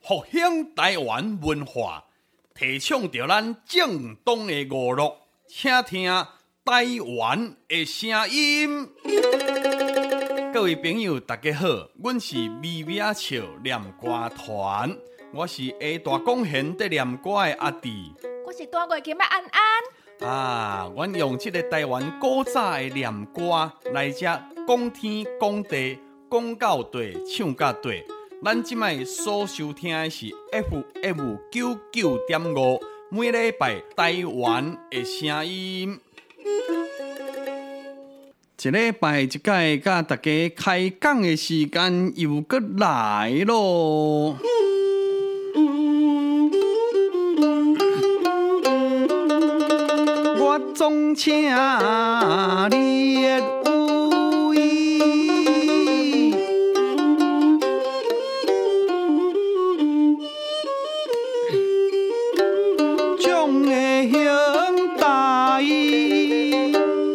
复兴台湾文化，提倡着咱正当的娱乐，请听台湾的声音。各位朋友，大家好，阮是咪咪仔笑念歌团，我是下大讲贤在念歌的阿弟。 我是大月琴的安安。 阮用这个台湾古早的念歌来遮讲天讲地，讲到地，唱到地。咱即摆所收听的是 FM 99.5，每礼拜台湾的声音。一礼拜一届，甲大家开讲的时间又搁来咯。我总请你的有意，将的兄弟，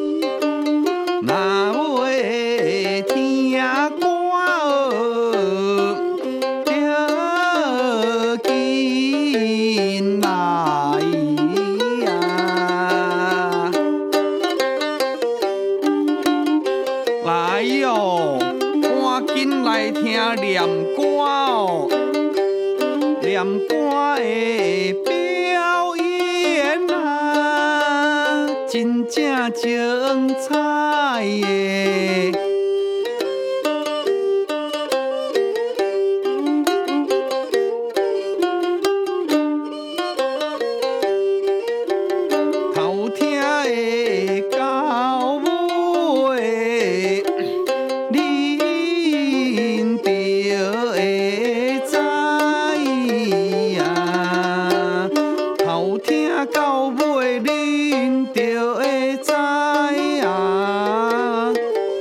若会听歌着紧来呀，来哟，赶紧来听念歌哦，念歌的表演啊，真正精彩耶！头听的到尾，恁就会知呀。头听到尾，恁就会知呀。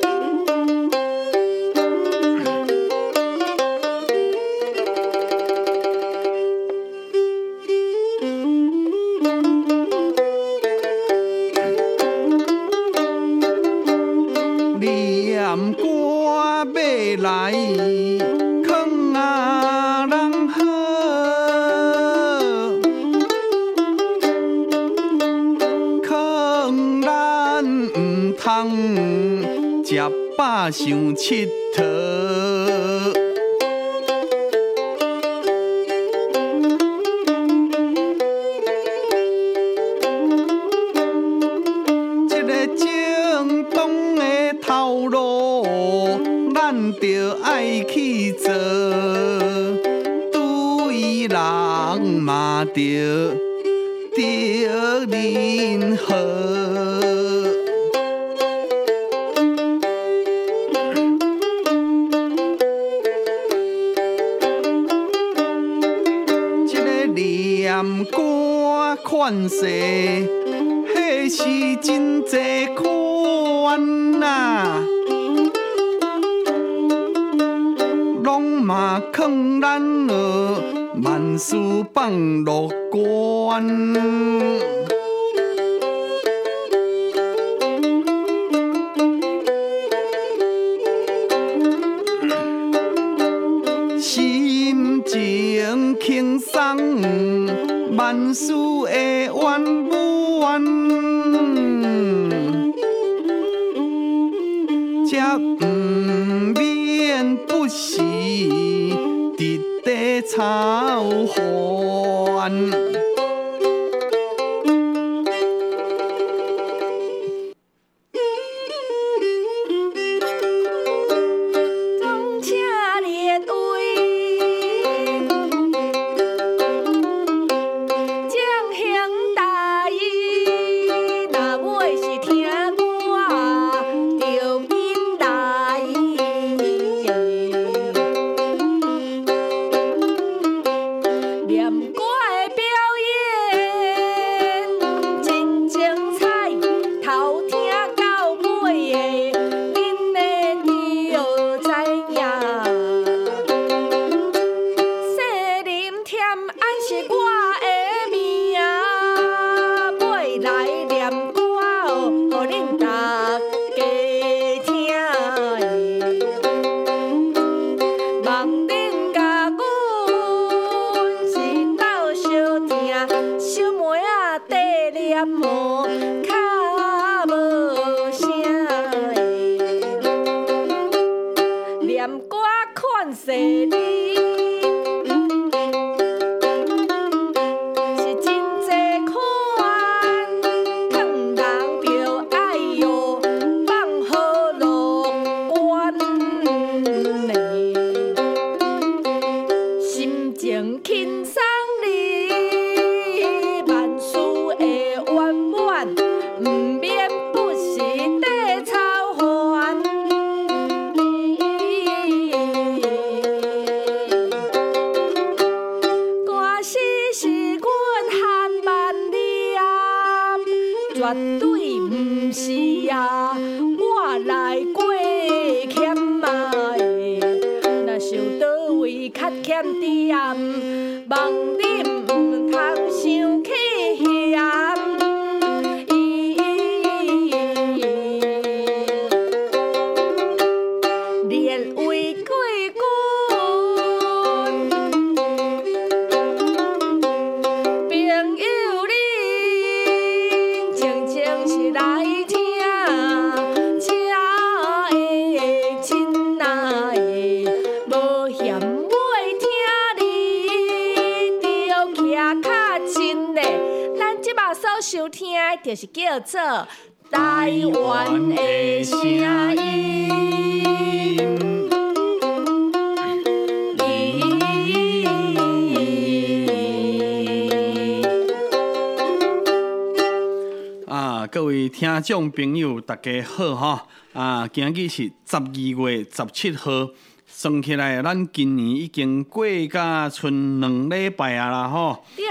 念歌要来藏啊人好，藏咱毋通食饱想佚佗。这个正当的头路，咱着爱去做，对人嘛着恁好。这个念歌款式，迄是真济款啊，拢嘛藏咱了万事放乐观。心情轻松，万事会圆满，才毋免不时直地操烦。 总请你的位，将兄弟，若尾是听歌着紧来。念歌的表演真精彩，头听到尾的，恁的就知影。细林添安是我的名，尾来念歌哦，互恁大家听。望恁甲阮先轻送你，万事会圆满，毋免不时地操烦。歌诗是阮含万念，绝对毋是啊，我来过欠嘛的。若想倒位较欠点，望你毋通生气嫌。连为贵君，朋友恁静静是来听，请的亲爱的，无嫌袂听你，着徛较真的。咱即马所收听的，就是叫做台湾的声音。 各位听众朋友，大家好哈！今日是12月17號，算起來，咱今年已經過甲剩2禮拜啊啦吼。 對。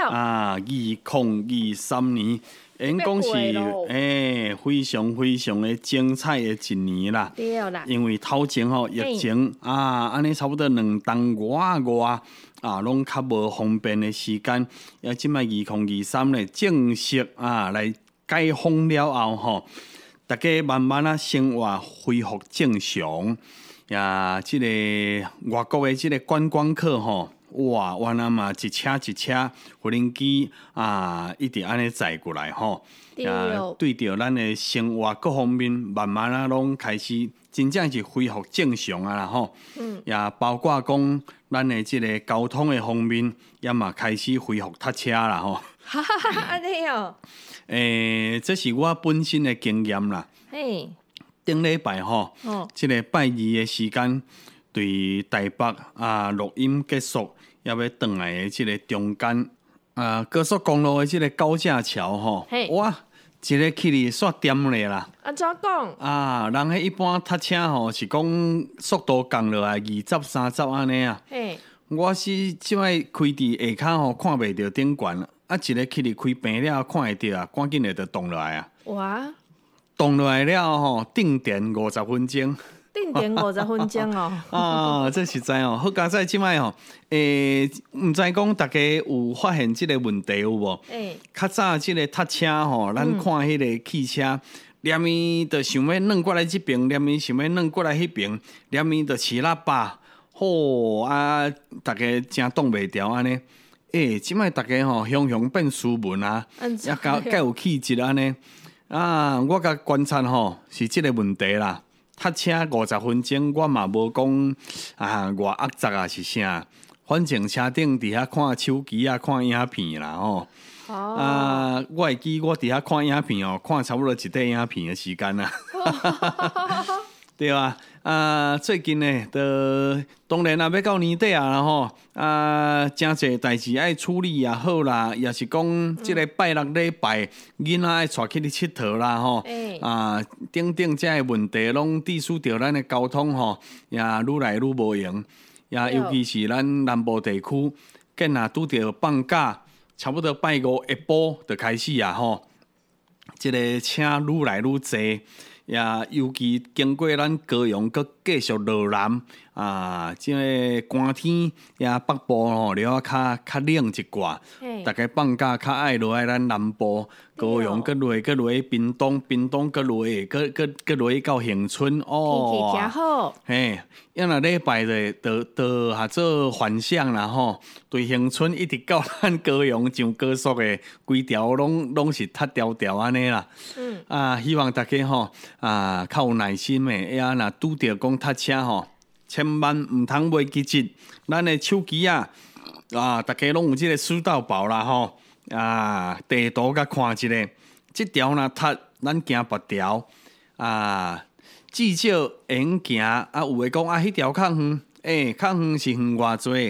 2023年，應講是非常的精彩的一年啦。 對啦。因為頭前吼疫情安尼差不多2冬外攏較無方便的時間，即擺2023咧正式來解封了後吼，大家慢慢生活恢復正常。即個外國的即個觀光客吼，哇，原來嘛一車無人機一直安尼載過來吼。對着咱的生活各方面，慢慢攏開始真正是恢復正常啊啦吼。也包括講咱的即個交通的方面，也嘛開始恢復塞車啦吼。 安尼哦。 這是我本身的經驗啦。 嘿。 頂禮拜吼，即個拜二的時間，對台北錄音結束，也要轉來的即個中間高速公路的即個高架橋吼，哇，一個去哩煞點咧啦。 安怎講？ 人迄一般塞車吼是講速度降落來20、30安尼啊。我是即擺開佇下骹吼看袂到頂懸，一個去哩開平了看會到啊，趕緊的就動落來啊。哇！動落來了吼，定電50分鐘。 定電50分鐘哦。 這實在哦，好佳哉即擺吼，毋知講大家有發現即個問題有無？較早即個塞車吼，咱看迄個汽車，連伊就想要轉過來即邊，連伊想要轉過來迄邊，連伊就騎喇叭，大家真擋袂牢安尼。即擺大家吼，雄變斯文啊，也較有氣質安尼。我甲觀察吼是即個問題啦。塞車50分鐘，我嘛無講偌惡雜啊是啥，反正車頂佇遐看手機看影片啦吼。我會記我佇遐看影片哦，看差不多一塊影片的時間啦。對啊。最近呢，當然要到年底啊，吼，真濟代志愛處理也好啦，也是講即個拜六禮拜，囡仔愛帶去你佚佗啦，吼，等這個問題攏致使着咱的交通吼，也愈來愈無用，也尤其是咱南部地區，見啊拄着放假，差不多拜5下晡就開始啊，吼，即個車愈來愈濟。也尤其經過咱高雄，閣繼續落南即個寒天也北部吼，了較冷一寡。大家放假較愛落來咱南部，高雄閣落屏東，屏東閣落閣到恆春哦。天氣真好。 因為禮拜就下做反向啦吼，對恆春一直到咱高雄上高速的規條攏是塌條條安尼啦。希望大家吼較有耐心的，若拄着講塞車吼，千萬毋通袂記住，咱的手機大家攏有即個鼠到寶啦吼，地圖甲看一下，即條若塌，咱行別條至少會用行，有誒講迄條較遠，較遠是遠偌濟，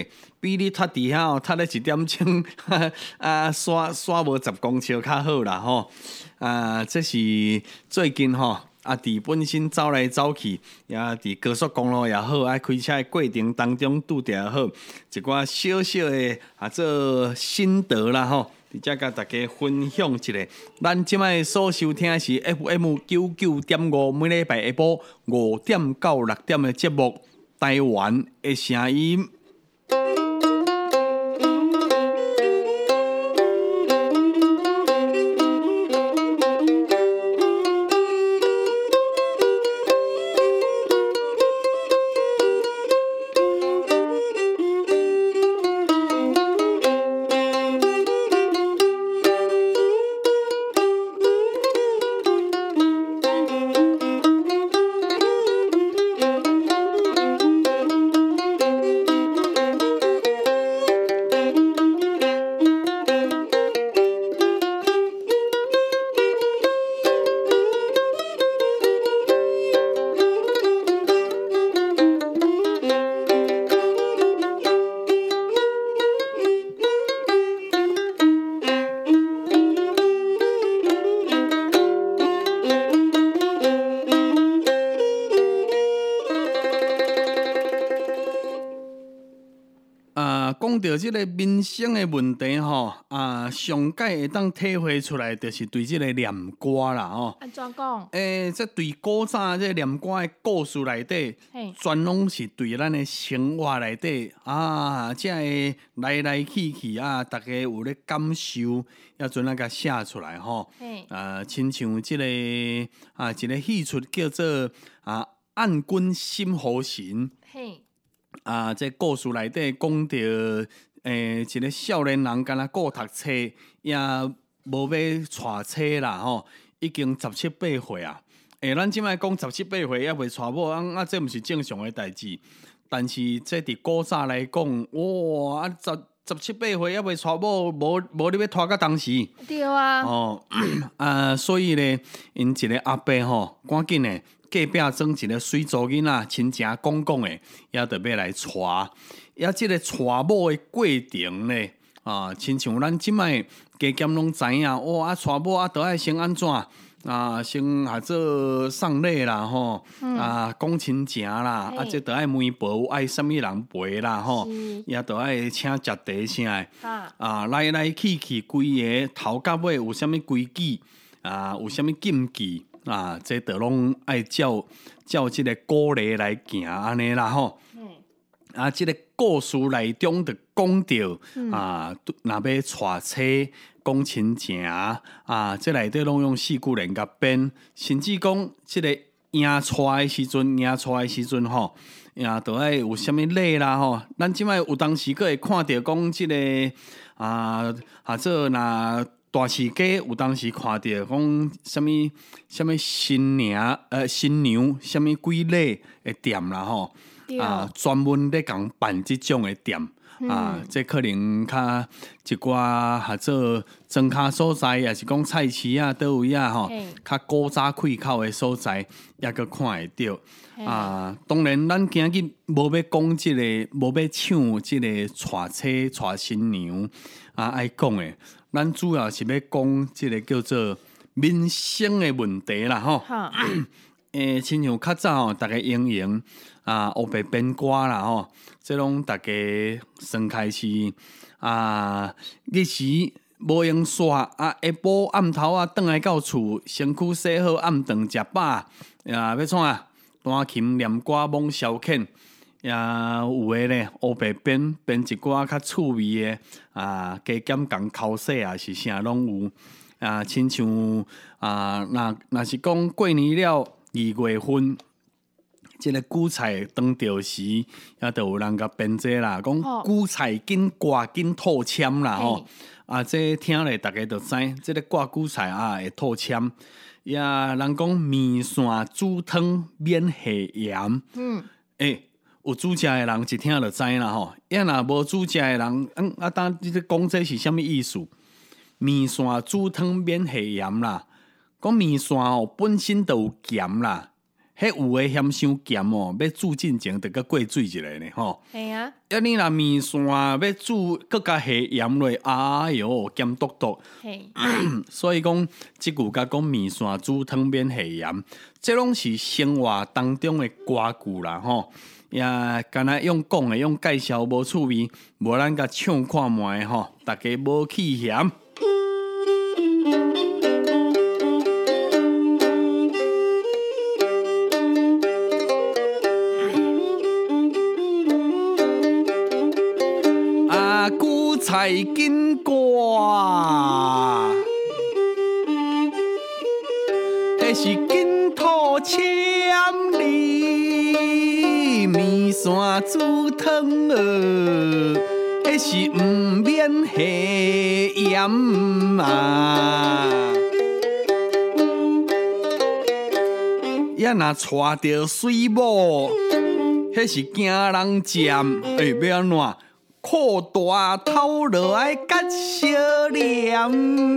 比你脱伫遐脱咧1点钟，刷无10公尺较好啦吼。这是最近吼。伫本身走来走去，也伫高速公路也好，开车的过程当中拄着也好，一寡小小的做心得啦吼，伫遮甲大家分享一下。咱即摆所收听的是 FM99.5，每礼拜下晡5点到6点的节目《台湾的声音》。讲到即个民生的问题吼，上届会当体会出来，就是对即个念歌啦吼。 安怎讲？ 这对古早这念歌的故事内底，全拢是对咱的生活内底这个来来去去大家有咧感受，要阵甲写出来吼。亲像即个一个戏出叫做《暗君心何行》。这故事内底讲到，一个少年人敢若顾读册，也无要娶妻啦吼，已经17、18岁啊。咱即摆讲17、18岁也未娶某，这毋是正常的代志。但是这伫古早来讲，哇17、18岁也未娶某，无你要拖到当时。 对啊。 所以咧，因一个阿伯吼，赶紧诶。隔壁装一个水族囡仔，亲情讲的，也着要来娶。也即个娶某的过程咧，亲像咱即摆加减拢知影，哇！娶某着爱先安怎？先做送礼啦，吼，讲亲情啦，这着爱媒婆爱什么人陪啦，吼，也着爱请食茶啥的，来来去去规个头到尾有啥物规矩有啥物禁忌。这都拢爱照即个古礼来行安尼啦吼。即个故事内中就讲到若要娶妻讲亲情这内底拢用4句人甲编，甚至讲即个迎娶的时阵吼，也都爱有啥物礼啦吼。咱即摆有当时佫会看到讲即个做若。大市街有当时看到讲什么新娘什么几礼的店啦吼，专门咧讲办即种的店这可能较一寡做庄卡所在，也是讲菜市倒位吼，较古早开口的所在，也阁看会到。当然，咱今日无要讲即个，无要抢即个娶妻娶新娘爱讲的。咱主要是要讲即个叫做民生的问题啦吼。亲像较早大家用黑白编歌啦吼，这拢大家算开始日时无用煞下晡暗头转来到厝，身躯洗好，暗顿食饱要创弹琴念歌罔消遣。也有诶咧，黑白编一寡较趣味诶加减共口说是啥拢有亲像若是讲过年了2月份，即个韭菜当着时，也都有人甲编这啦，讲韭菜紧挂紧吐签啦吼。这听咧大家就知，即个挂韭菜会吐签。也人讲面线煮汤免下盐。有煮食的人一听就知啦吼，若无煮食的人，当你讲这是啥物意思？面线煮汤免下盐啦，讲面线本身就有咸啦， 迄有诶嫌伤咸哦，要煮进前得个过水一下呢吼。 系啊， 要你若面线要煮，搁加下盐落，哎哟，咸笃笃。 嘿， 所以讲，即句甲讲面线煮汤免下盐，这拢是生活当中的歌句啦吼。也敢若用讲的，用介绍无趣味，无咱甲唱看卖吼，大家无去嫌。韭菜金瓜，迄是金土签里面线煮汤儿，迄是毋免下盐啊。也若带着水母，迄是惊人占，要安怎？扩大头落爱甲小念，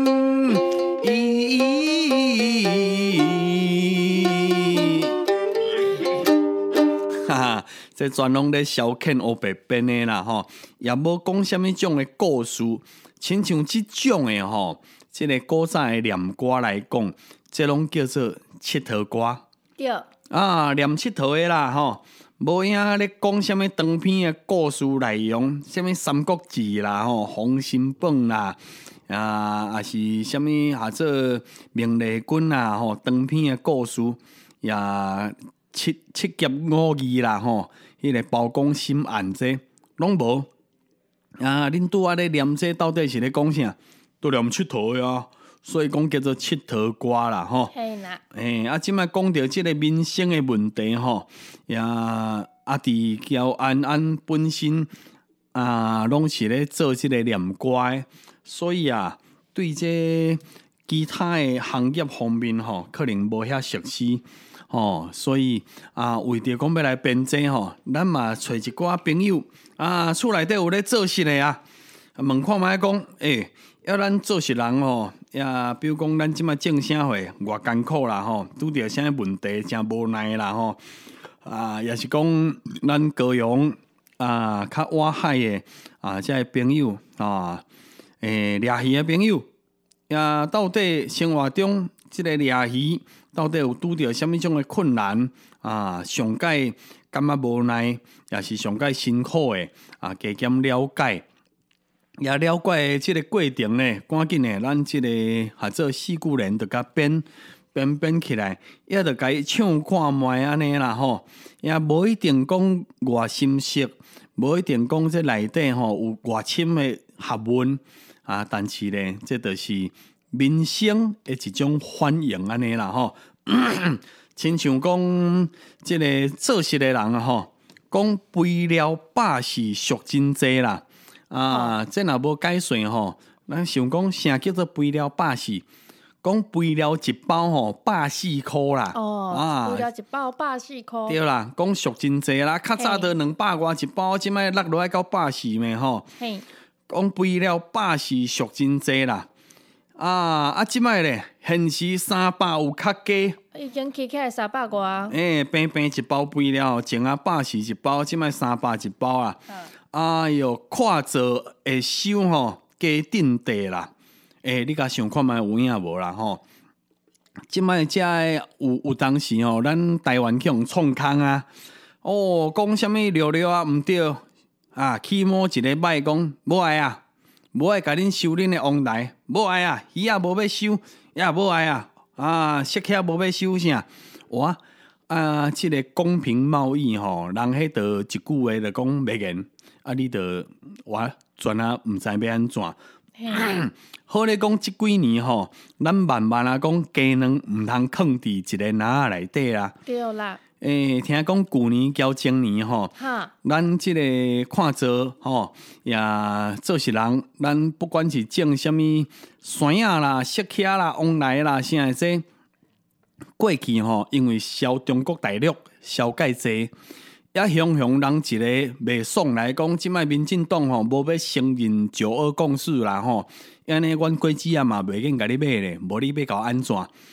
哈哈，这全拢咧消遣黑白变的啦吼，也无讲什么种的故事，亲像即种的吼，即个古早的念歌来讲，这拢叫做佚佗歌。 对啊，念佚佗的啦吼。无影咧讲什么长篇的故事内容，什么《三国志》啦、吼《封神榜》啦，也是什么做明丽君啦、吼长篇的故事，也七劫五义啦、吼迄个包公心案这拢无。恁拄仔咧念这到底是咧讲啥？都念佚佗的啊，所以讲叫做佚佗歌啦，吼。 嘿啦， 即摆讲到即个民生的问题吼，伫交安本身拢是咧做即个念歌的，所以对这其他的行业方面吼，可能无遐熟悉吼，所以为着讲要来编这吼，咱嘛找一寡朋友厝内底有咧做事的问看卖讲，要咱做事人吼。比如讲，咱即摆种啥货偌艰苦啦吼，拄着啥问题真无奈啦吼，也是讲咱高雄较外海的即个朋友掠鱼的朋友，到底生活中即个掠鱼到底有拄着什么种的困难上界感觉无奈，也是上界辛苦的加减了解。也了解即个过程呢，赶紧的，咱即个做四句联，就甲编起来，也就甲伊唱看卖安尼啦吼。也无一定讲偌深识，无一定讲这内底吼有偌深的学问但是呢，这就是民生的一种反应安尼啦吼。亲像讲即个做事的人吼，讲肥料百事俗真济啦。这若无解说吼，咱想讲啥叫做肥料百事？讲肥料一包吼140箍啦。 肥料一包140箍。 对啦，讲俗真济啦，较早都200外一包，即摆落落来到140咩吼。 嘿， 讲肥料140俗真济啦。即摆咧现时300有较加。 已经起来300外。 平一包肥料，前140一包，即摆300一包啊。哎哟，看做会收吼，加定地啦。你甲想看卖有影无啦吼？即摆遮有当时吼，咱台湾去用创空讲啥物料料毋对起毛一个摆讲无爱无爱甲恁收恁的王台，无爱鱼无要收，也无爱色客无要收啥？即个公平贸易吼，人迄个一句话就讲袂言。你着全毋知要安怎？好咧，讲即几年吼，咱慢慢讲鸡卵毋通放伫一个篮内底啦。 对啦。 听讲旧年交前年吼，咱即个看做吼，也做事人，咱不管是种什么山仔啦、色客啦、往来啦，啥这过去吼，因为销中国大陆销介济。也雄人一个袂爽来讲，即摆民进党吼无要承认九二共识啦吼，安尼阮果子嘛袂瘾甲你买咧，无你要搞安怎？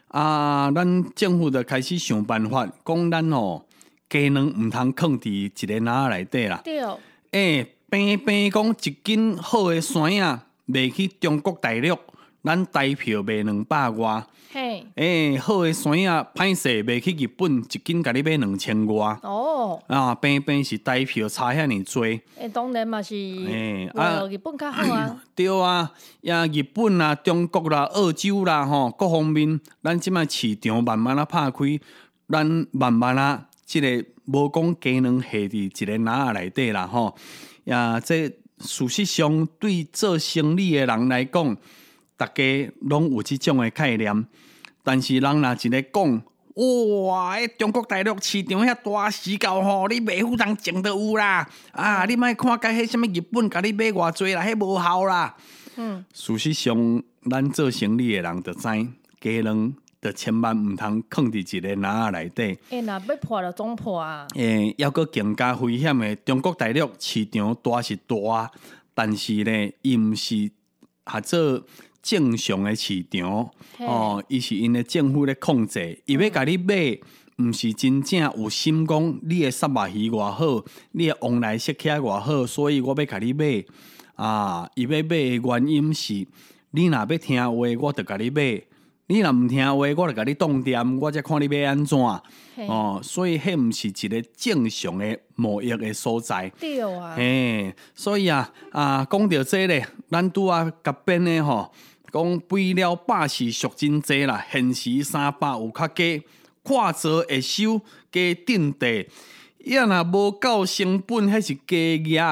咱政府就开始想办法，讲咱鸡卵毋通放伫一个篮内底啦。 对， 平讲一斤好诶山影卖去中国大陆，咱台票卖200外。 嘿， 好诶山影歹势卖去日本，一斤甲你买2000外。 哦， 平是台票差遐尼多。 当然嘛是，日本较好啊。 对啊，日本啦、中国啦、澳洲啦，各方面，咱即摆市场慢慢拍开，咱慢慢即个无讲鸡卵下伫一个篮内底啦，这事实上对做生意诶人来讲，大家拢有即种诶概念。但是人若一个讲，哇！中国大陆市场遐大死到你卖富人种都有啦。你莫看甲迄什么日本甲你买偌济啦，迄无效啦。事实上，咱做生意诶人就知，鸡卵就千万毋通放伫一个篮内底。 若要破就总破啊。 还佫更加危险诶，中国大陆市场大是大，但是呢，伊毋是做正常诶市场，伊是因诶政府咧控制，伊要甲你买，毋是真正有心讲你诶杀肉鱼偌好，你诶往来食起来偌好，所以我要甲你买。伊要买诶原因是，你若要听话，我就甲你买；你若毋听话，我就甲你冻店，我才看你要安怎。所以迄毋是一个正常诶贸易诶所在。 对啊。 所以讲到这咧，咱拄甲编诶讲肥料百是俗真济啦，现时300有较低，看做会收加定地，若无够成本，迄是加价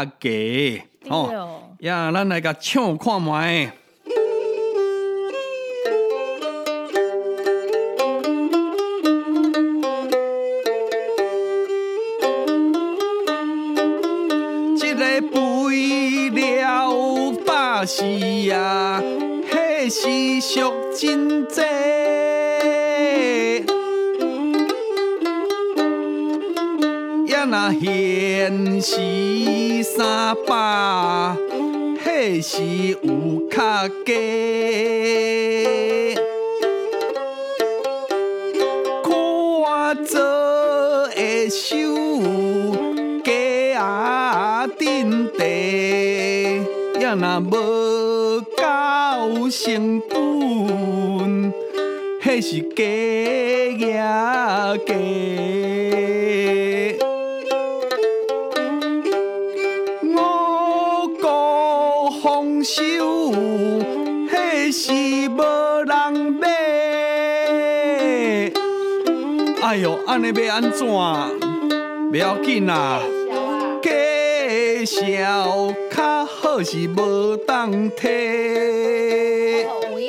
价。咱来甲唱看卖。这个肥料百是迄是俗真济，若现时300，迄是有较低。看做会收价定地，若无够成本，迄是加价。丰收，迄是无人买。哎哟，安尼要安怎？不要紧啦，价小较好是无当摕。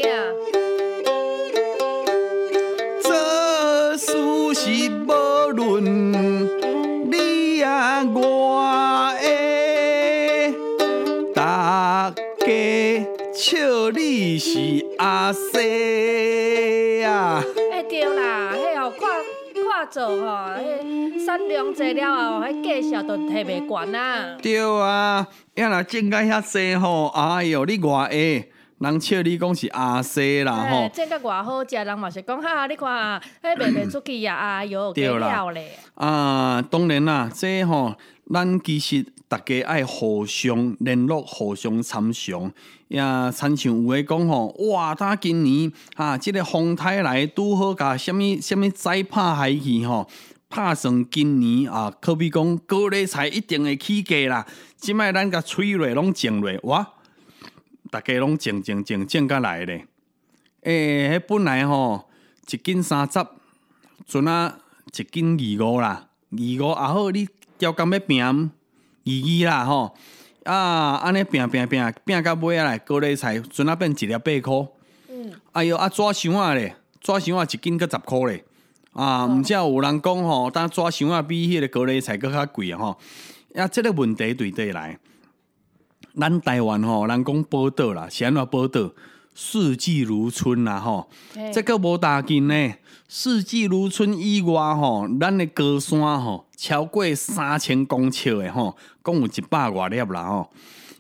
做事是无论你我的。大家笑你是阿西啊！ 对啦，迄看做迄产量济了后，迄价值就摕袂悬啊。 对啊，若种甲遐济哎哟，你偌下，人笑你讲是阿西啦种甲偌好食，人嘛是讲你看，迄卖袂出去哎哟，加了咧。 当然啦，这咱其实大家爱互相联络、互相参详。亲像有诶讲哇，他今年即个风台来拄好甲什么灾拍下去拍算今年可比讲高丽菜一定会起价啦。即摆咱甲吹落拢种落，哇，大家拢种甲来咧。迄本来一斤30，阵一斤25啦，25好你。交工要拼22啦安尼拼到尾来，高丽菜阵变一粒8块。哎哟，纸箱咧，纸箱一斤搁10块咧。毋则有人讲当纸箱比迄个高丽菜搁较贵这个问题对底来？咱台湾人讲宝岛啦，是安怎宝岛？四季如春啦这个无大紧呢。四季如春以外咱的高山超过3000公尺的讲有100多粒啦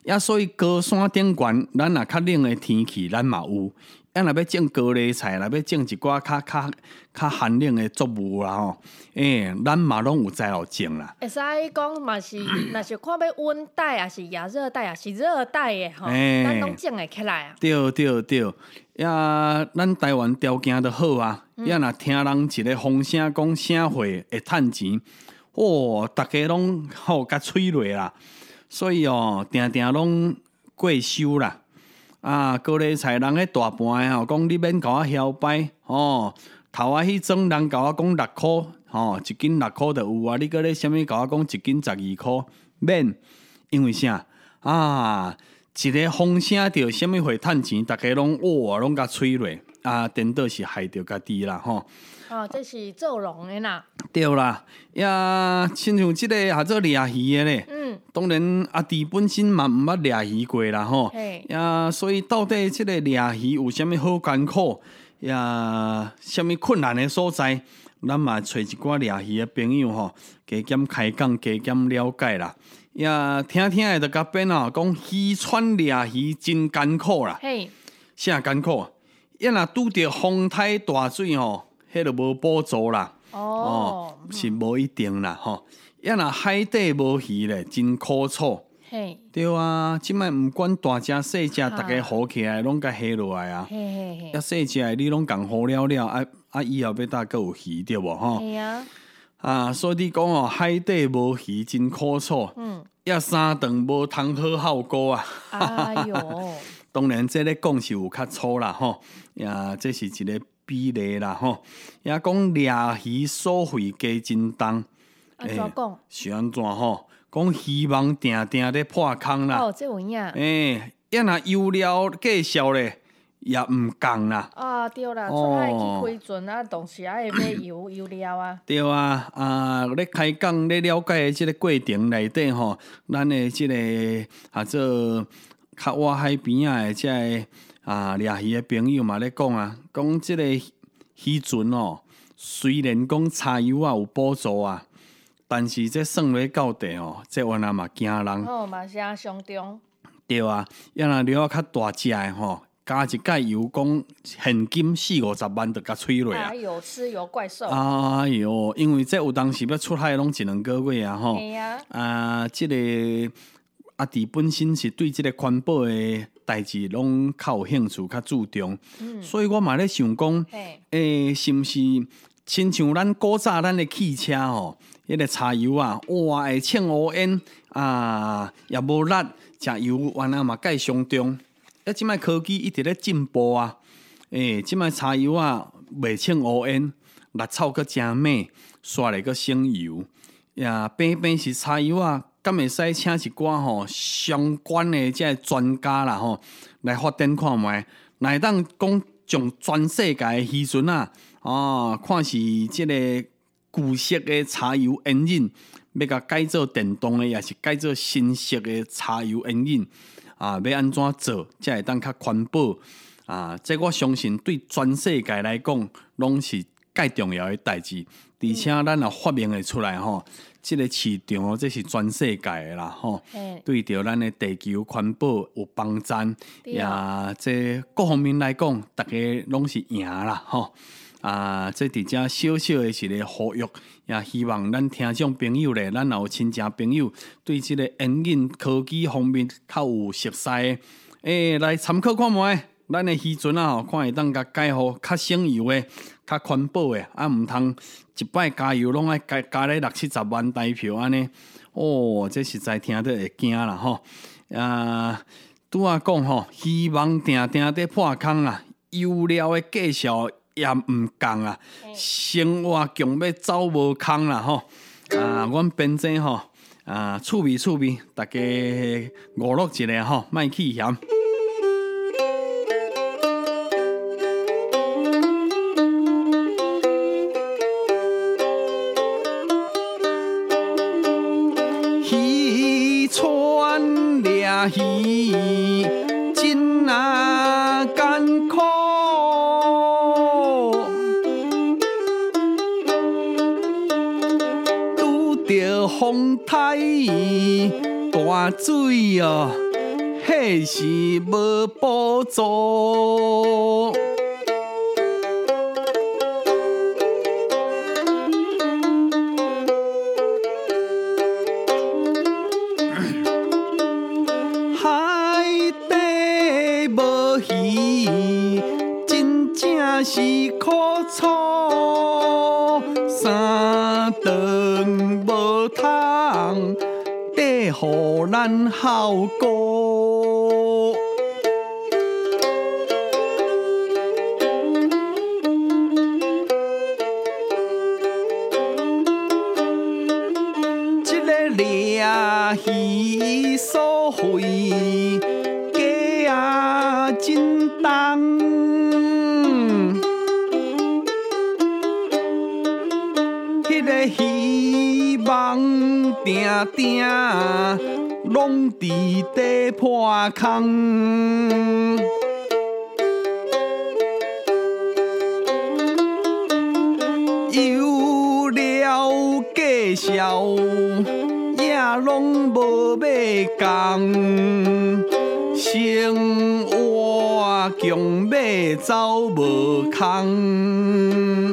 所以高山顶悬，咱若较冷的天气，咱嘛有。若要种高丽菜，若要种一寡较寒冷的作物啦吼，咱嘛拢有在路种啦。 会使讲嘛是，若是看要温带啊，是亚热带啊，是热带的吼，咱拢种会起来啊。 对，咱台湾条件都好啊，若听人一个风声讲啥货会趁钱，大家拢好甲催落啦，所以定定拢过收啦。高丽菜人迄大盘的讲你免甲我晓摆头迄种人甲我讲6箍一斤6箍就有啊，你搁咧啥物甲我讲1斤12箍免，因为啥一个风声着啥物会趁钱，大家拢甲催落颠倒是害着家己啦吼。 这是做农的啦。 对啦，亲像即个做掠鱼的咧，当然阿弟本身嘛毋捌掠鱼过啦吼。所以到底即个掠鱼有啥物好艰苦，啥物困难的所在，咱嘛找一寡掠鱼的朋友吼，加减开讲，加减了解啦。听的就甲变讲渔船掠鱼真艰苦啦。啥艰苦？若拄着风台大水吼。迄就无补助啦，是无一定啦吼。若海底无鱼咧，真苦楚。对啊，即摆毋管大只细只，大家好起来拢甲下落来啊。细只的你拢共好了了，以后要搭阁有鱼对无吼？所以你讲海底无鱼真苦楚。3顿无通好效果啊。哎哟，当然这咧讲是有较粗啦吼。这是一个比例啦吼，也讲掠鱼所费加真重。 怎讲？ 是安怎吼？讲鱼网定定咧破空啦。 这有影。 若油料计数咧，也毋共啦。 对啦，出海去开船啊，当时会买油料啊。 对啊，咧开讲咧了解即个过程内底吼，咱的即个做较外海边仔的即个掠鱼的朋友嘛咧讲讲即个渔船虽然讲柴油有补助但是这算落到底这原来嘛惊人。 嘛是上中。 对啊，若了较大只的加一盖油，讲现金40-50万就甲吹落啊！ 有吃有怪兽。 哎哟，因为这有当时要出海拢1-2个月吼。这个阿弟本身是对这个环保的代志拢较有兴趣、较注重，所以我嘛咧想讲，是毋是亲像咱古早咱的汽车迄个柴油会呛乌烟也无力，食油原来嘛介上中。即摆科技一直咧进步即摆柴油袂呛乌烟，力臭阁真美，刷咧阁省油。平是柴油敢会使请一寡相关的即个专家啦来发展看觅，来当讲从全世界的渔船看是即个旧式的柴油引擎，要甲改做电动的，也是改做新式的柴油引擎。要安怎做，才会当较环保这我相信对全世界来讲，拢是介重要的代志。而且咱也发明会出来这个市场这是全世界的啦对着咱的地球环保有帮助，这各方面来讲，大家拢是赢啦这伫遮小小的一个呼吁，也希望咱听众朋友咧，咱也有亲戚朋友对即个引擎科技方面较有熟悉的，来参考看觅。咱的渔船看会当甲改好较省油的、较环保的，毋通一摆加油拢爱加咧60-70万台票安尼。这实在听得会惊啦拄仔讲渔网定定在破空油料的计数也毋共生活强要走无空啦阮编辑趣味，大家娱乐一下莫去嫌。渔船掠鱼真艰苦。风台大水迄是无补助。海底无鱼，真正是苦楚。三顿无通，得互咱孝顾。这个掠鱼所费价啊真重。迄个希望定定拢伫底破空，有了计销也拢无要讲，生活强要走无空。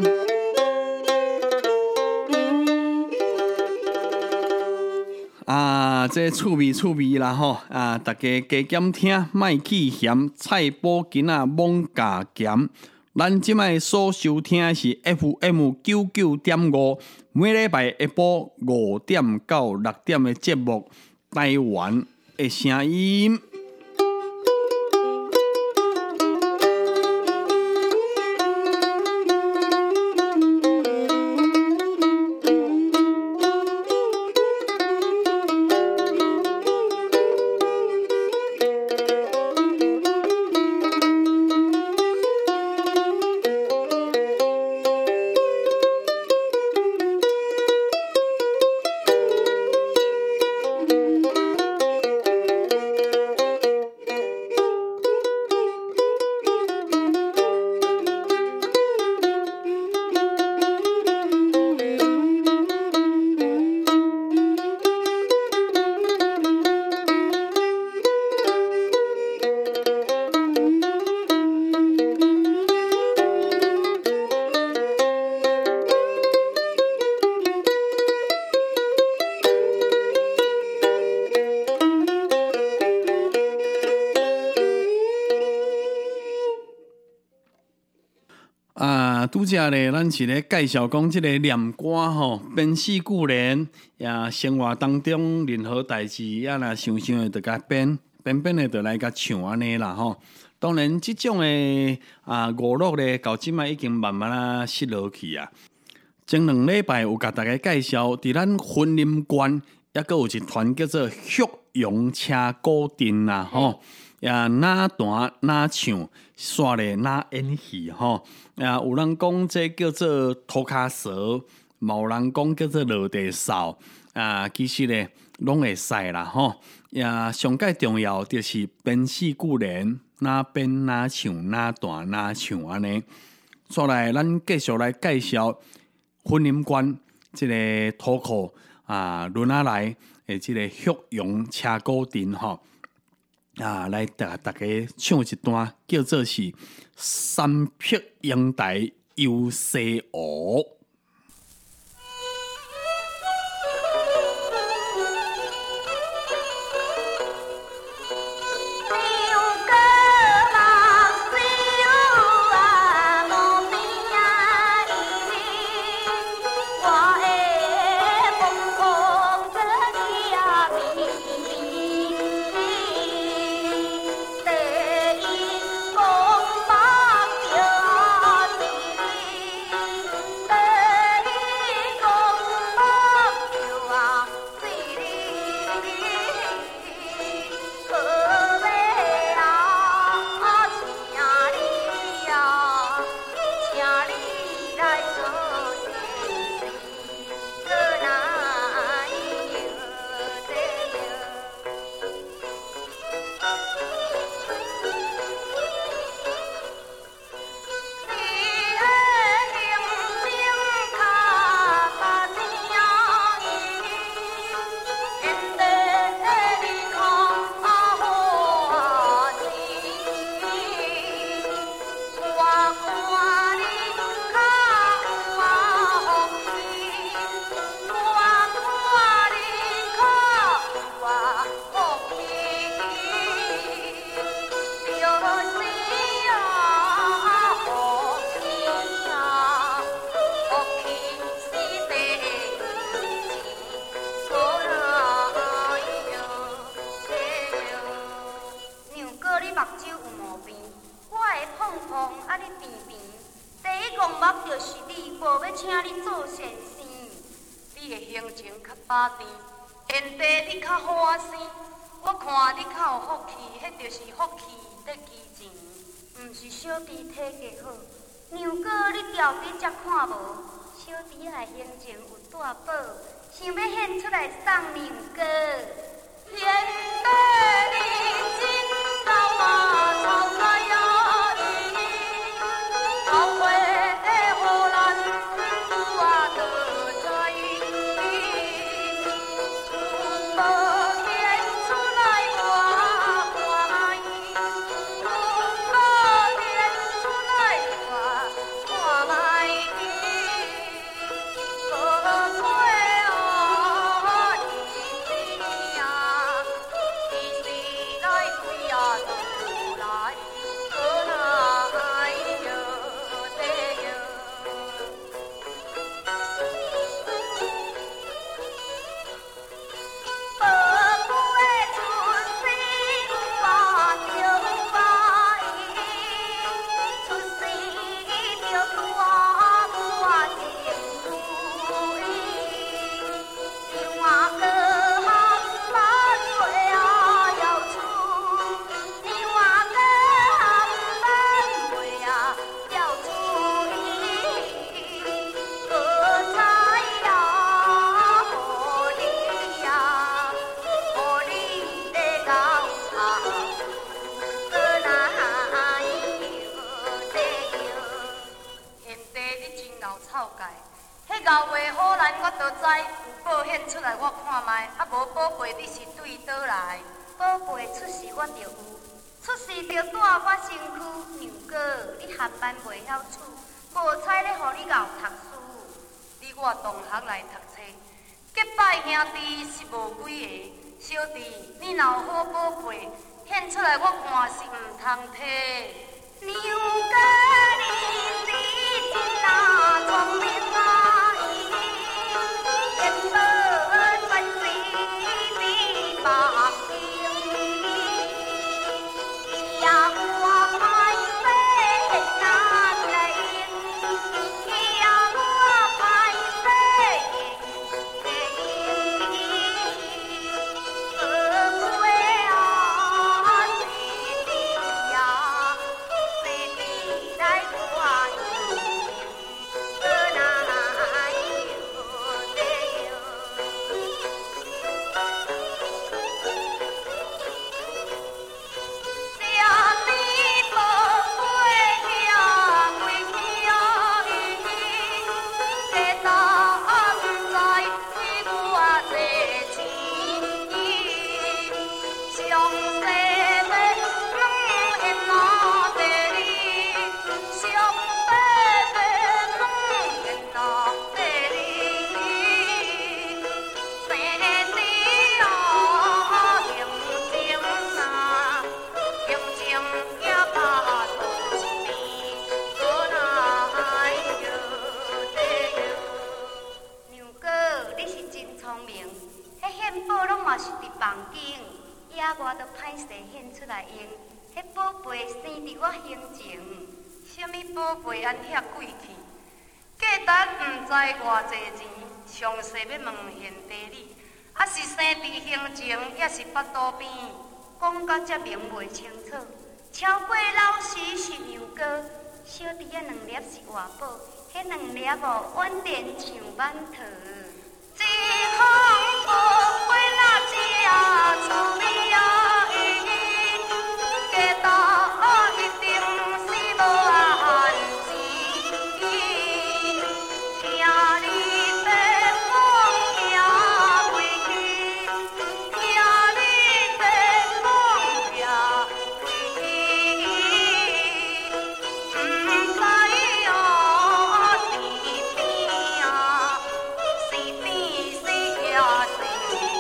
这趣味啦吼！大家加减听，莫去嫌。菜脯囡仔猛加咸。咱即摆所收听的是 FM 99.5，每礼拜下晡5点到6点的节目《台湾的声音》。拄则咧，咱是咧介绍讲即个念歌吼，编四句联，也生活当中任何代志，也若想的，就甲编的，就来甲唱安尼啦吼。当然，即种的娱乐咧，到即摆已经慢慢啊失落去啊。前2礼拜有甲大家介绍，伫咱婚林县，也阁有一团叫做旭阳车鼓阵啦吼。也哪弹哪唱，煞咧哪演戏吼。有人讲这叫做土骹蛇，嘛有人讲叫做落地扫。其实咧拢会使啦吼。也上界重要就是编四句联，哪编哪唱，哪弹哪唱安尼。再来，咱继续来介绍婚林县即个土库轮下来诶，即个旭阳车鼓阵吼。来大家唱一段，叫做是三匹阳台游西湖。 Hãy 你目睭有毛病，我会碰碰啊你平平。第一戆目就是你，无要请你做先生。你的行程较巴甜，现地你较欢喜。我看你较有福气，迄就是福气在其前，毋是小弟体格好。娘哥，你调皮才看无，小弟仔行程有大宝，想要献出来送娘哥。现地你真老啊，臭该呀伊，后悔的荷兰拄啊倒在伊，无现出来我看伊，无现出来我看卖伊，可贵哦你呀，伊是来开啊路来，可哪有得有？无久的出世我着怀疑，出世着拖我情意，另外个项把嘴啊要出，另外个项把嘴啊要出伊，无彩呀，互你呀，互你咧搞啊，可哪有得有？现地你真老臭介，迄牛话好难我都知，有报现出来我看卖，啊无宝贝你是对倒来？宝贝出世我着有，出世着带我身躯。娘哥，你汉班袂晓处，无彩咧，互你熬读书。你我同学来读册，结拜兄弟是无几个。小弟，你若有好宝贝，献出来我看是毋通摕。娘哥，你是真啊聪明啊伊，现无全是你目睛。呀，我歹势哪来用？呀，我歹势可贵啊，是你呀，是你来看伊，可哪有得有？啥物宝贝呀，归去啊伊，家大毋知比我侪钱，上世要两现哪地哩，上辈要两现哪地哩，生你啊行情啊，行情也把肚皮，可哪有得有？娘哥，你是真聪明，迄献宝拢嘛是伫房间，野外都歹势献出来用。迄宝贝生伫我胸前，什么宝贝安遐贵气？价值毋知偌济钱，上世要问现地里，啊是生伫胸前，也是腹肚边，讲到遮明袂清楚。超过老师是娘哥，小弟仔两粒是外宝，迄两粒哦稳定像馒头。一空无花那只厝里啊伊，家大一定是无限钱。听你在讲遐过去，听你在讲遐过去，毋知哦天边啊，是变是也是。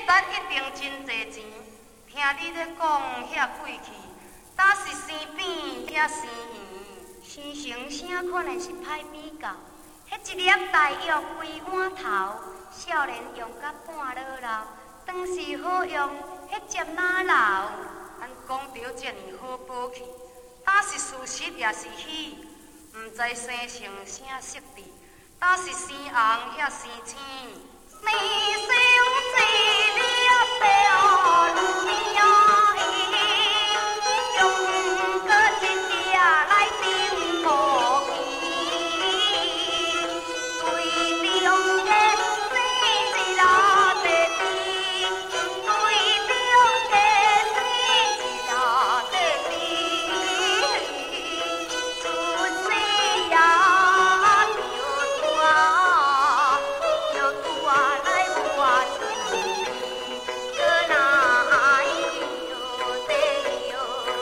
赚一定真侪钱。听你咧讲遐贵气，若是生变遐生圆，生成啥可能是歹比较？迄一粒大药规碗头，少年用甲半老老，当时好用，迄接哪老？咱讲着遮尔好保气，若是事实也是虚，毋知生成啥色地，若是生红遐生青，生生一粒白如面用个一粒来顶无去，对中的生一拉地地，对中的生一拉地地，出世呀就多来我村，可哪有得有？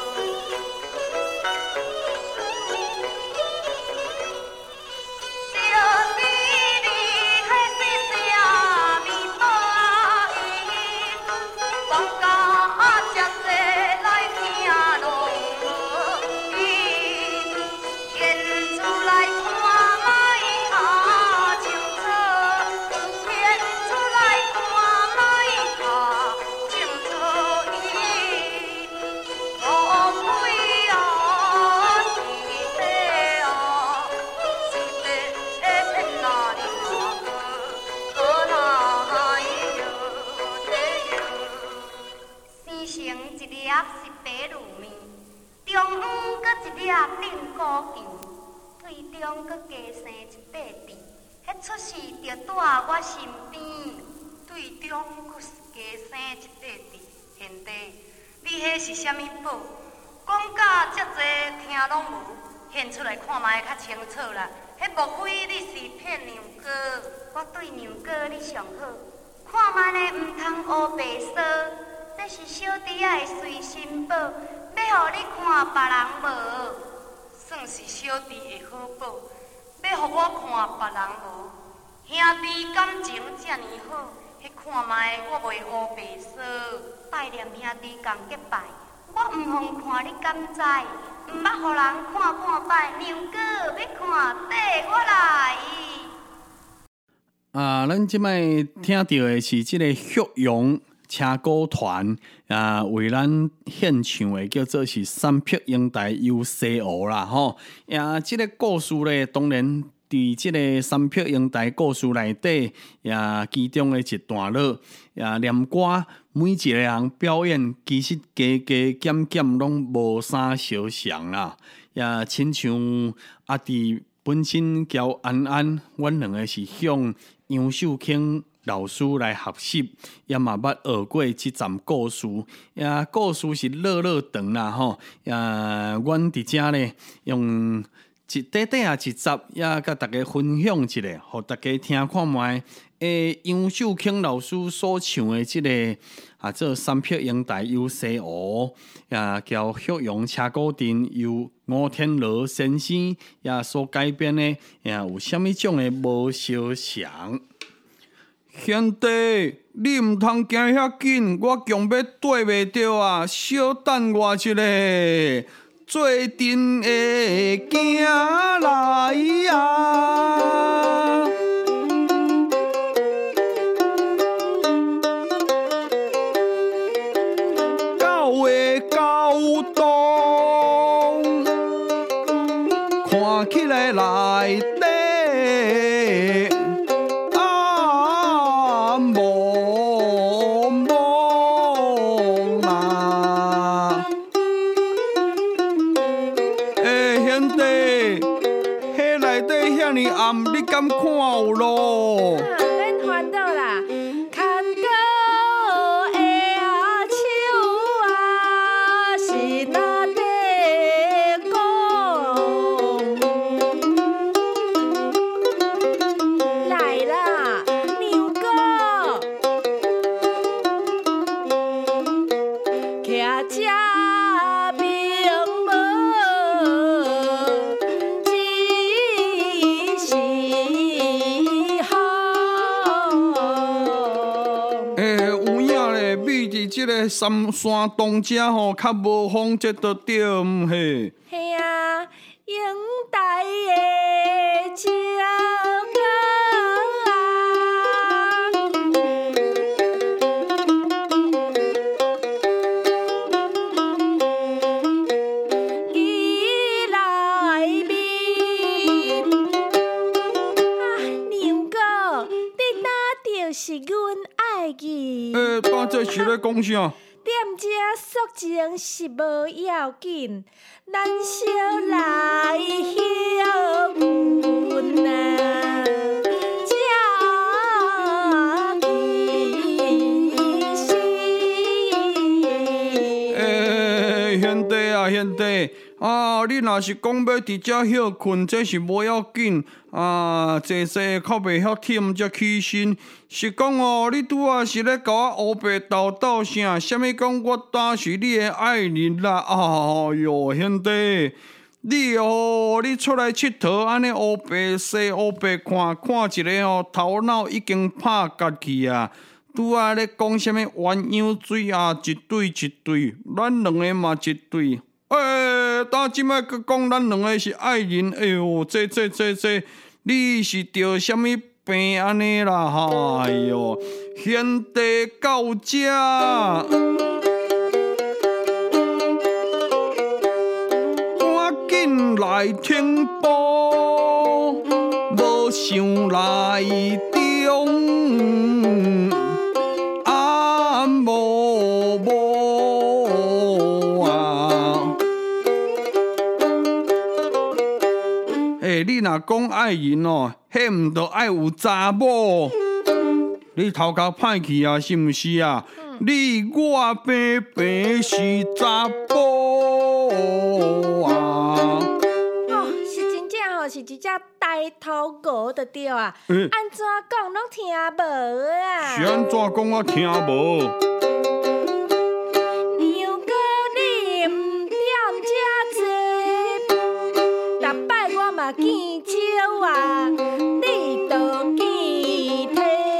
小弟你还是啥物大意？讲到这多来听拢无意，现出来看卖下清楚，现出来看卖下清楚伊，无愧啊是地啊是地骗哪里可哪有得有？生成一粒是白如面，中央搁一粒顶古墙，对中搁加生一块地，迄出世就住我身边，对中搁是加生一块地。贤弟，你迄是啥物宝？讲甲遮济听拢无，现出来看卖较清楚啦。迄莫非你是骗娘哥？我对娘哥你上好，看卖呢毋通乌白说。这是小弟仔的随身宝，要互你看别人无，算是小弟的好宝。要互我看别人无，兄弟感情遮尔好，迄看卖我袂乌白说，拜念兄弟共结拜。我毋通看你敢知，毋捌互人看半摆。娘哥要看，缀我来。 咱即摆听到的是即个旭阳车鼓团为咱献唱的叫做是三匹英台游西湖啦吼。即个故事咧，当然伫即个三匹英台故事内底其中的一段落念歌，每一个人表演其实加加减减拢无啥相像啦。亲像阿弟本身交安安，阮两个是向杨秀卿老师来学习，也嘛捌学过即站故事，故事是乐乐长啦吼。阮伫遮咧用一短短一集，也甲大家分享一下，互大家听看卖。杨秀卿老师所唱的即个做三匹英台游西湖，叫旭阳车鼓阵由吴天乐先生所改编的，有啥物种的无相像？兄弟，你毋通行遐紧，我强要缀袂着啊！小等我一下，做阵会行来啊！到的高东，看起来内底。你敢看有咯？ 咱烦恼啦，看到的手是哪地讲？来啦，牛哥，徛遮。是伫即个山洞遮吼，较无风这就对嘿。 嘿啊，英台的鸟歌啊，伊来眠。啊，牛哥，你哪就是阮爱记？ 当这是咧讲啥？ 踮遮肃静是无要紧，咱小来休困啊，才其心。 兄弟啊，兄弟啊，你若是讲要伫遮休困，这是无要紧啊，坐靠袂晓忝才起身。是讲哦，你拄仔是咧甲我黑白斗斗啥？啥物讲我当是你的爱人啦？哎哟，兄弟，你哦，你出来佚佗，安尼黑白洗黑白看一个哦，头脑已经拍家去啊！拄仔咧讲啥物鸳鸯水啊，一对一对，咱两个嘛一对。当即摆佮讲咱两个是爱人，哎哟，这，你是着啥物病安尼啦？哎哟，兄弟到遮，赶紧来听报，无想来中暗无啊！你若讲爱人哦，迄毋着爱有查某，你头壳歹去啊，是毋是啊？你我平平是查甫啊！ 哦，是真正吼，是一只呆头鹅就对啊。安怎讲拢听无啊？ 是安怎讲我听无？ 牛哥你毋踮遮坐，逐摆我嘛见招啊，你都见体。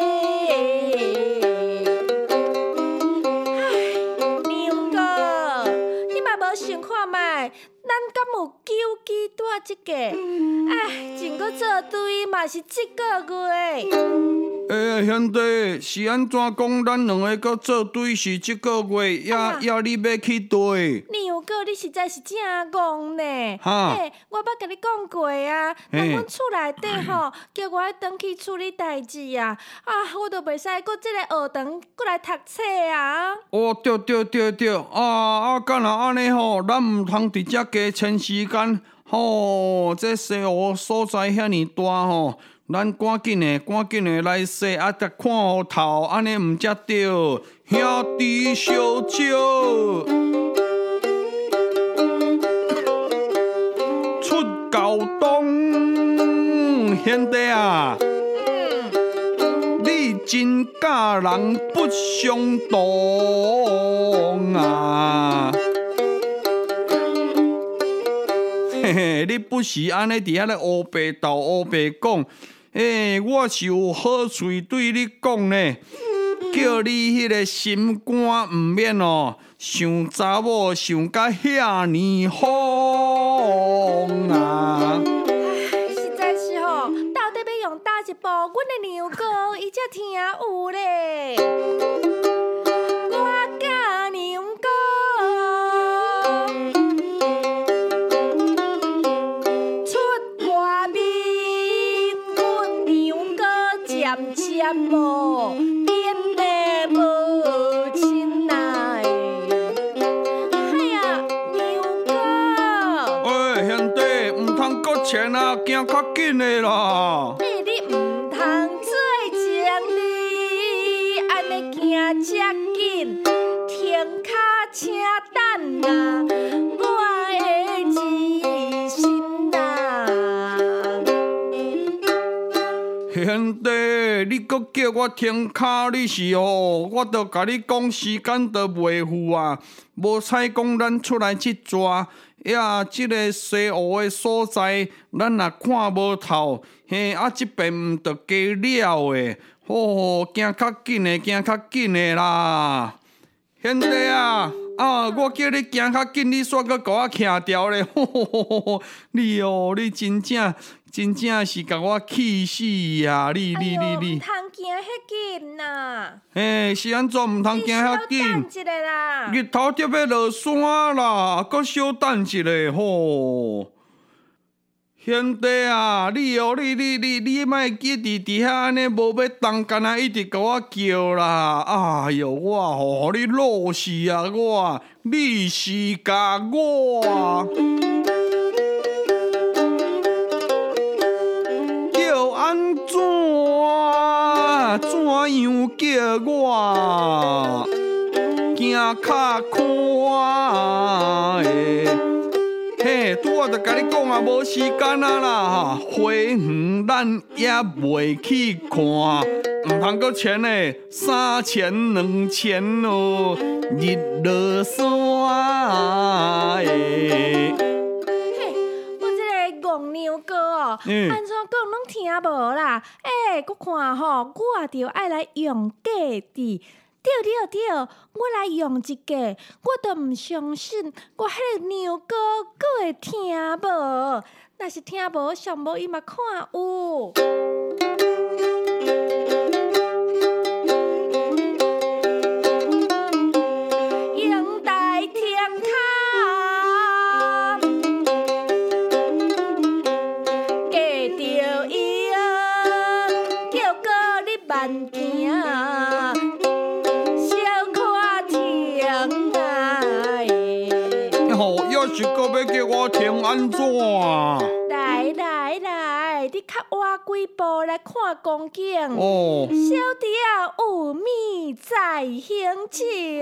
唉，牛哥，你嘛无想看觅，咱敢有救几大即个？唉，真搁做对嘛是即个月。 兄弟，是安怎讲？咱两个搁做对是即个月，也你要去对？ 牛哥，你实在是正戆呢！ 哈嘿，我捌甲你讲过啊，咱阮厝内底吼，叫我转去处理代志啊，我都袂使搁即个学堂搁来读册啊！ 哦，对，敢若安尼吼，咱毋通伫遮加牵时间吼，这西湖所在遐尼大吼。咱赶紧的来洗，才看好头，安尼毋才对。兄弟相招，出高东，兄弟啊，你真教人不相同啊！嘿嘿，你不是安尼伫遐咧黑白斗黑白讲。我是有好喙对你讲呢，叫你迄个心肝毋免哦，想查某想甲遐尼疯啊！ 实在是吼，到底要用倒一部阮的牛歌，伊才听有咧。我甲牛歌。渐无变得无亲爱，哎呀，牛哥！ 兄弟，毋通搁前啊，行较紧的啦！ 你毋通做情侣，安尼行遮紧，停脚请等啊！我的知心人。 兄弟，你搁叫我停脚，你是哦，我著甲你讲，时间著袂赴啊。无采讲咱出来佚跎，即个西湖的所在，咱若看无透，即边毋著加了诶。行较紧的啦。 兄弟啊，我叫你行较紧，你煞搁甲我徛掉咧，你哦，你真正是甲我气死啊！你， 唔通行遐紧呐！ 是安怎毋通行遐紧？ 你稍等一下啦。 日头就要落山啦，搁稍等一下吼。兄弟啊，你莫记伫遐安尼无要动，干那一直甲我叫啦！哎哟，我互你落死啊！你是甲我叫安怎样叫我行较看的？嘿，拄我著甲你讲啊，无时间啊啦，花园咱也袂去看，毋通搁钱嘞，3000、2000咯，日落山诶。 我这个戆牛哥哦，安怎讲拢听无啦？搁看吼，我着爱来用假的。对，我来用一个，我都毋相信，我迄个牛哥阁会听无。若是听无，上无伊嘛看有。用台天卡，嫁着伊啊，叫过你慢行。 要是搁要叫我听安怎？ 来，你较晚几步来看光景。 哦， 小弟啊，有米在行情。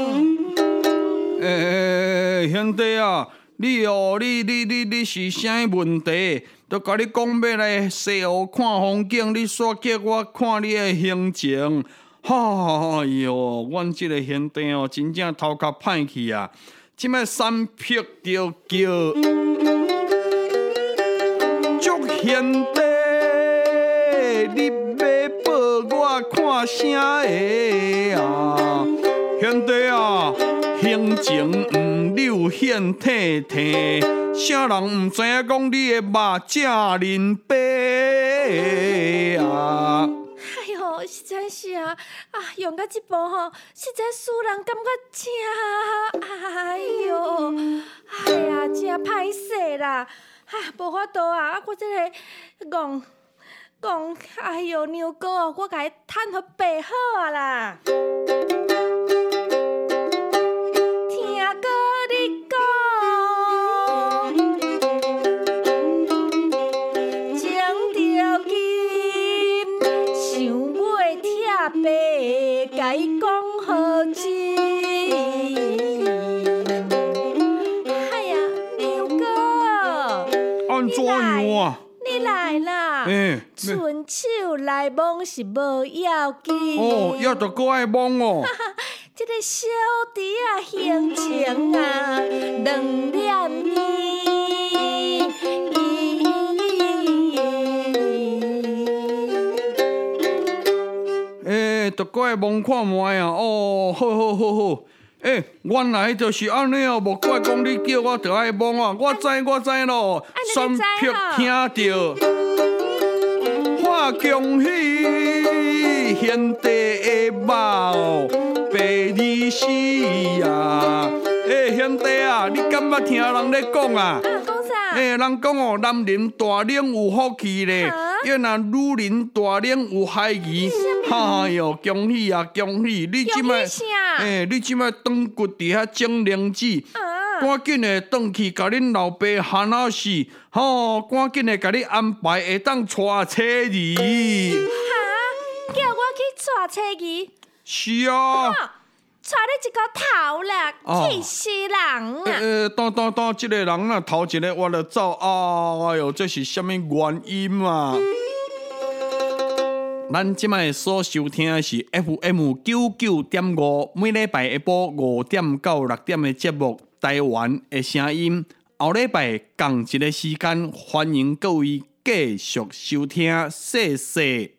兄弟啊，你是啥问题？都甲你讲要来西湖看风景，你煞叫我看你的行程。哎哟，阮即个兄弟哦，真正头壳歹去啊！即摆三匹着叫，足兄弟，你要报我看啥个啊？兄弟啊，行情毋流显体体，啥人毋知影讲你的肉正人白啊？ 哎哟，实在是啊，用到这步吼，实在使人感觉真歹势啦！无法度啊，我这个讲，牛哥哦，我甲伊趁互白好啊啦。听过你讲，情着金，想买拆白，甲伊讲好真。 怎样啊？ 你来啦！伸手来摸是无要紧。 哦，要着搁爱摸哦。 这个小弟啊，行情啊，两念着搁爱摸看卖啊！哦，好。原来就是安尼哦，无怪讲你叫我着爱摸啊！我知咯，选票听着，我恭喜兄弟的肉白你死啊！兄弟啊，你敢捌听人咧讲啊？ 讲啥？ 人讲哦，男人大龄有福气咧，要若女人大龄有害儿。哎哟，恭喜啊，恭喜！你即摆，你即摆长骨伫遐整灵子，赶紧的转去，甲恁老爸喊啊死，赶紧的甲你安排会当娶妻儿。 叫我去娶妻儿？ 是啊。 娶你一个头啦，气死人啊！ 当，这个人啊，头一个我就走，哎哟，这是什么原因啊？咱即摆所收听的是 FM 99.5，每礼拜下晡5点到6点的节目《台湾的声音》。后礼拜同一个时间，欢迎各位继续收听，谢谢。